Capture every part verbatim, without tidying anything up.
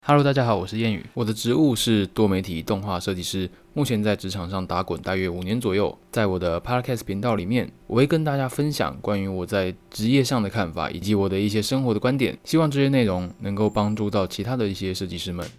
Hello， 大家好，我是谚语。我的职务是多媒体动画设计师，目前在职场上打滚大约五年左右。在我的 Podcast 频道里面，我会跟大家分享关于我在职业上的看法，以及我的一些生活的观点。希望这些内容能够帮助到其他的一些设计师们。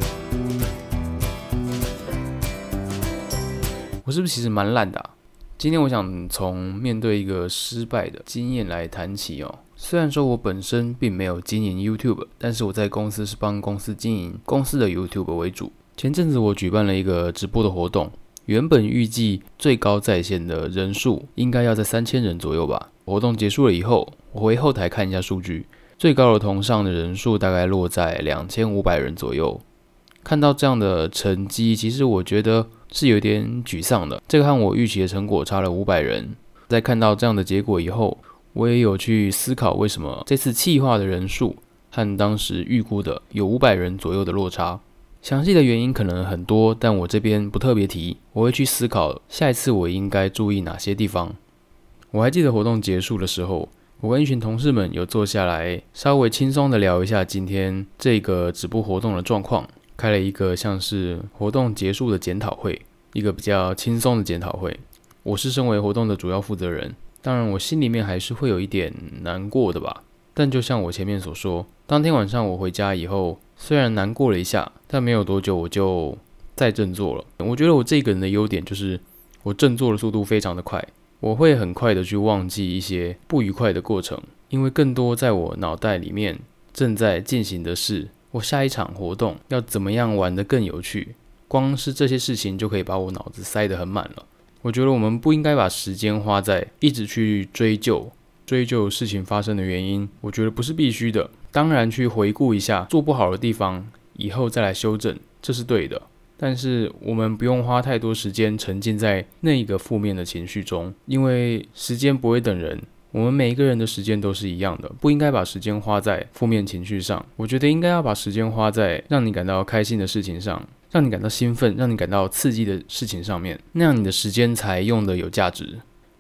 我是不是其实蛮烂的啊？今天我想从面对一个失败的经验来谈起哦。虽然说我本身并没有经营 YouTube， 但是我在公司是帮公司经营公司的 YouTube 为主。前阵子我举办了一个直播的活动，原本预计最高在线的人数应该要在三千人左右吧。活动结束了以后，我回后台看一下数据，最高的同上的人数大概落在两千五百人左右。看到这样的成绩，其实我觉得是有点沮丧的。这个和我预期的成果差了五百人。在看到这样的结果以后，我也有去思考为什么这次企划的人数和当时预估的有五百人左右的落差。详细的原因可能很多，但我这边不特别提。我会去思考下一次我应该注意哪些地方。我还记得活动结束的时候，我跟一群同事们有坐下来稍微轻松的聊一下今天这个直播活动的状况，开了一个像是活动结束的检讨会，一个比较轻松的检讨会。我是身为活动的主要负责人，当然我心里面还是会有一点难过的吧。但就像我前面所说，当天晚上我回家以后，虽然难过了一下，但没有多久我就再振作了。我觉得我这个人的优点就是我振作的速度非常的快，我会很快的去忘记一些不愉快的过程，因为更多在我脑袋里面正在进行的是我下一场活动要怎么样玩得更有趣，光是这些事情就可以把我脑子塞得很满了。我觉得我们不应该把时间花在一直去追究追究事情发生的原因，我觉得不是必须的。当然去回顾一下做不好的地方，以后再来修正，这是对的。但是我们不用花太多时间沉浸在那一个负面的情绪中，因为时间不会等人，我们每一个人的时间都是一样的，不应该把时间花在负面情绪上。我觉得应该要把时间花在让你感到开心的事情上，让你感到兴奋，让你感到刺激的事情上面，那样你的时间才用得有价值。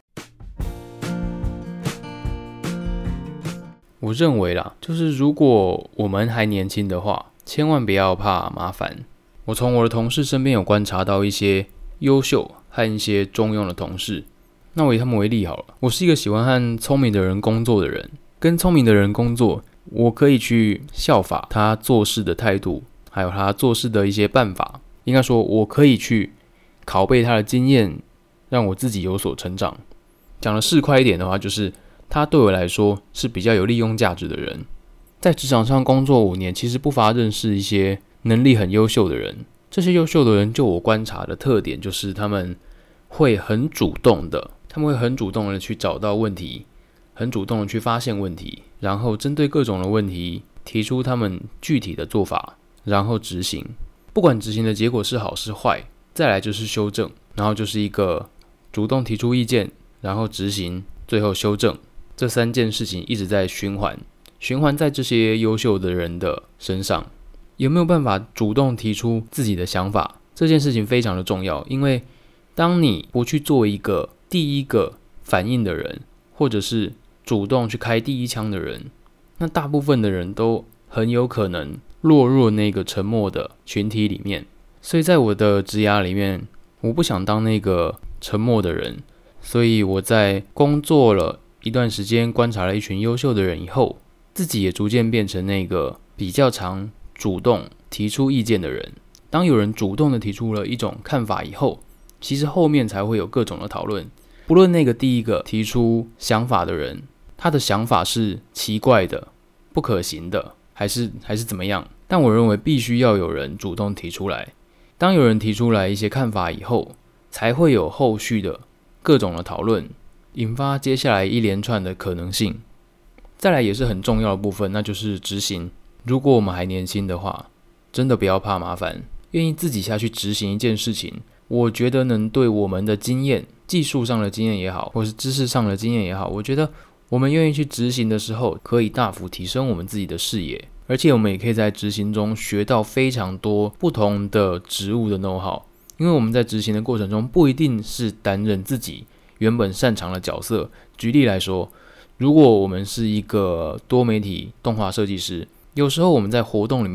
我认为啦，就是如果我们还年轻的话，千万不要怕麻烦。我从我的同事身边有观察到一些优秀和一些中庸的同事，那我以他们为例好了。我是一个喜欢和聪明的人工作的人，跟聪明的人工作，我可以去效法他做事的态度，还有他做事的一些办法。应该说我可以去拷贝他的经验，让我自己有所成长。讲的市侩一点的话，就是他对我来说是比较有利用价值的人。在职场上工作五年，其实不乏认识一些能力很优秀的人。这些优秀的人，就我观察的特点，就是他们会很主动的，他们会很主动的去找到问题，很主动的去发现问题，然后针对各种的问题提出他们具体的做法，然后执行。不管执行的结果是好是坏，再来就是修正，然后就是一个主动提出意见，然后执行，最后修正。这三件事情一直在循环，循环在这些优秀的人的身上。有没有办法主动提出自己的想法？这件事情非常的重要，因为当你不去做一个第一个反应的人，或者是主动去开第一枪的人，那大部分的人都很有可能落入那个沉默的群体里面。所以在我的职涯里面，我不想当那个沉默的人，所以我在工作了一段时间，观察了一群优秀的人以后，自己也逐渐变成那个比较常主动提出意见的人。当有人主动的提出了一种看法以后，其实后面才会有各种的讨论。不论那个第一个提出想法的人，他的想法是奇怪的、不可行的，还是还是怎么样，但我认为必须要有人主动提出来。当有人提出来一些看法以后，才会有后续的各种的讨论，引发接下来一连串的可能性。再来也是很重要的部分，那就是执行。如果我们还年轻的话，真的不要怕麻烦，愿意自己下去执行一件事情，我觉得能对我们的经验，技术上的经验也好，或是知识上的经验也好，我觉得我们愿意去执行的时候，可以大幅提升我们自己的视野，而且我们也可以在执行中学到非常多不同的职务的 know-how。 因为我们在执行的过程中，不一定是担任自己原本擅长的角色。举例来说，如果我们是一个多媒体动画设计师，有时候我们在活动里面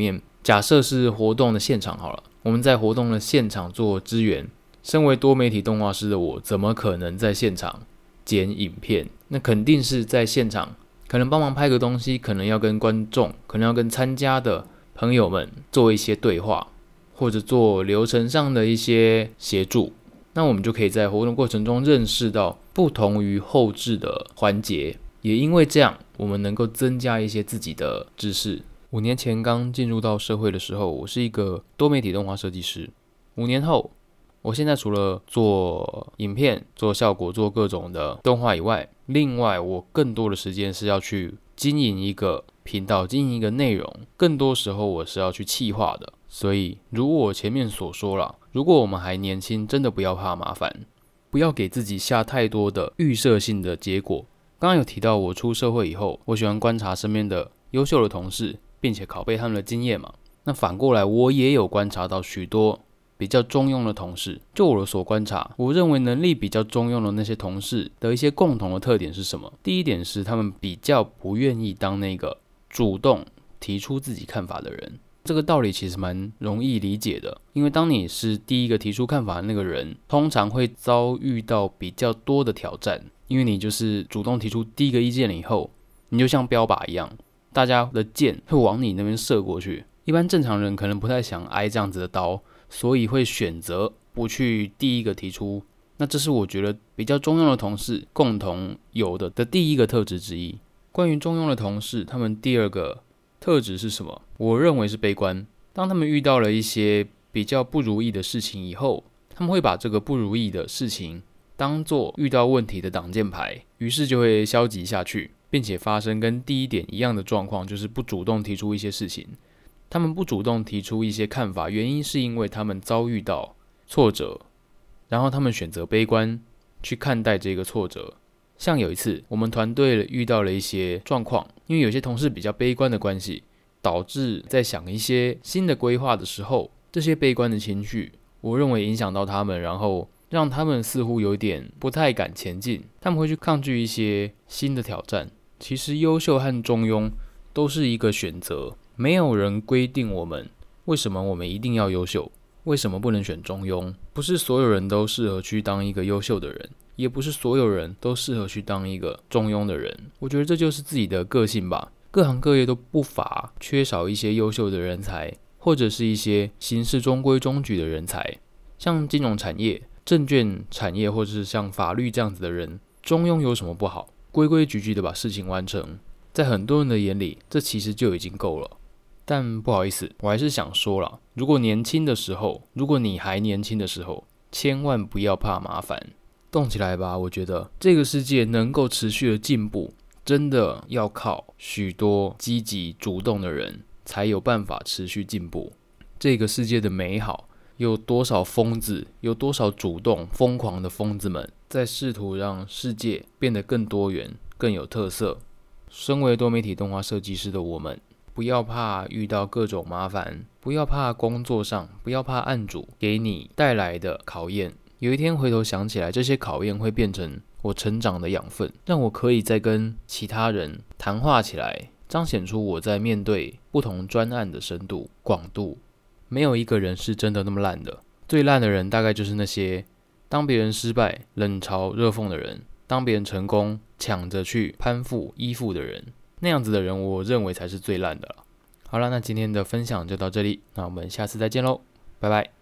假设是活动的现场好了，我们在活动的现场做支援。身为多媒体动画师的我，怎么可能在现场剪影片？那肯定是在现场，可能帮忙拍个东西，可能要跟观众，可能要跟参加的朋友们做一些对话，或者做流程上的一些协助。那我们就可以在活动过程中认识到不同于后制的环节，也因为这样，我们能够增加一些自己的知识。五年前刚进入到社会的时候，我是一个多媒体动画设计师。五年后，我现在除了做影片、做效果、做各种的动画以外，另外我更多的时间是要去经营一个频道、经营一个内容，更多时候我是要去企划的。所以，如我前面所说啦，如果我们还年轻，真的不要怕麻烦，不要给自己下太多的预设性的结果。刚刚有提到，我出社会以后，我喜欢观察身边的优秀的同事，并且拷贝他们的经验嘛。那反过来，我也有观察到许多比较中庸的同事。就我的所观察，我认为能力比较中庸的那些同事的一些共同的特点是什么？第一点是他们比较不愿意当那个主动提出自己看法的人。这个道理其实蛮容易理解的，因为当你是第一个提出看法的那个人，通常会遭遇到比较多的挑战，因为你就是主动提出第一个意见了以后，你就像标靶一样，大家的箭会往你那边射过去。一般正常人可能不太想挨这样子的刀，所以会选择不去第一个提出。那这是我觉得比较中庸的同事共同有的的第一个特质之一。关于中庸的同事，他们第二个特质是什么？我认为是悲观。当他们遇到了一些比较不如意的事情以后，他们会把这个不如意的事情当作遇到问题的挡箭牌，于是就会消极下去，并且发生跟第一点一样的状况，就是不主动提出一些事情。他们不主动提出一些看法，原因是因为他们遭遇到挫折，然后他们选择悲观去看待这个挫折。像有一次，我们团队遇到了一些状况，因为有些同事比较悲观的关系，导致在想一些新的规划的时候，这些悲观的情绪，我认为影响到他们，然后让他们似乎有点不太敢前进，他们会去抗拒一些新的挑战。其实优秀和中庸都是一个选择，没有人规定我们为什么我们一定要优秀，为什么不能选中庸。不是所有人都适合去当一个优秀的人，也不是所有人都适合去当一个中庸的人。我觉得这就是自己的个性吧。各行各业都不乏缺少一些优秀的人才，或者是一些行事中规中矩的人才。像金融产业、证券产业，或者是像法律这样子的人，中庸有什么不好？规规矩矩的把事情完成，在很多人的眼里，这其实就已经够了。但不好意思，我还是想说啦，如果年轻的时候，如果你还年轻的时候，千万不要怕麻烦，动起来吧。我觉得这个世界能够持续的进步，真的要靠许多积极主动的人才有办法持续进步。这个世界的美好，有多少疯子，有多少主动疯狂的疯子们，在试图让世界变得更多元、更有特色。身为多媒体动画设计师的我们，不要怕遇到各种麻烦，不要怕工作上，不要怕案主给你带来的考验。有一天回头想起来，这些考验会变成我成长的养分，让我可以再跟其他人谈话起来，彰显出我在面对不同专案的深度、广度。没有一个人是真的那么烂的，最烂的人大概就是那些当别人失败冷嘲热讽的人，当别人成功抢着去攀附依附的人，那样子的人我认为才是最烂的了。好了，那今天的分享就到这里，那我们下次再见喽，拜拜。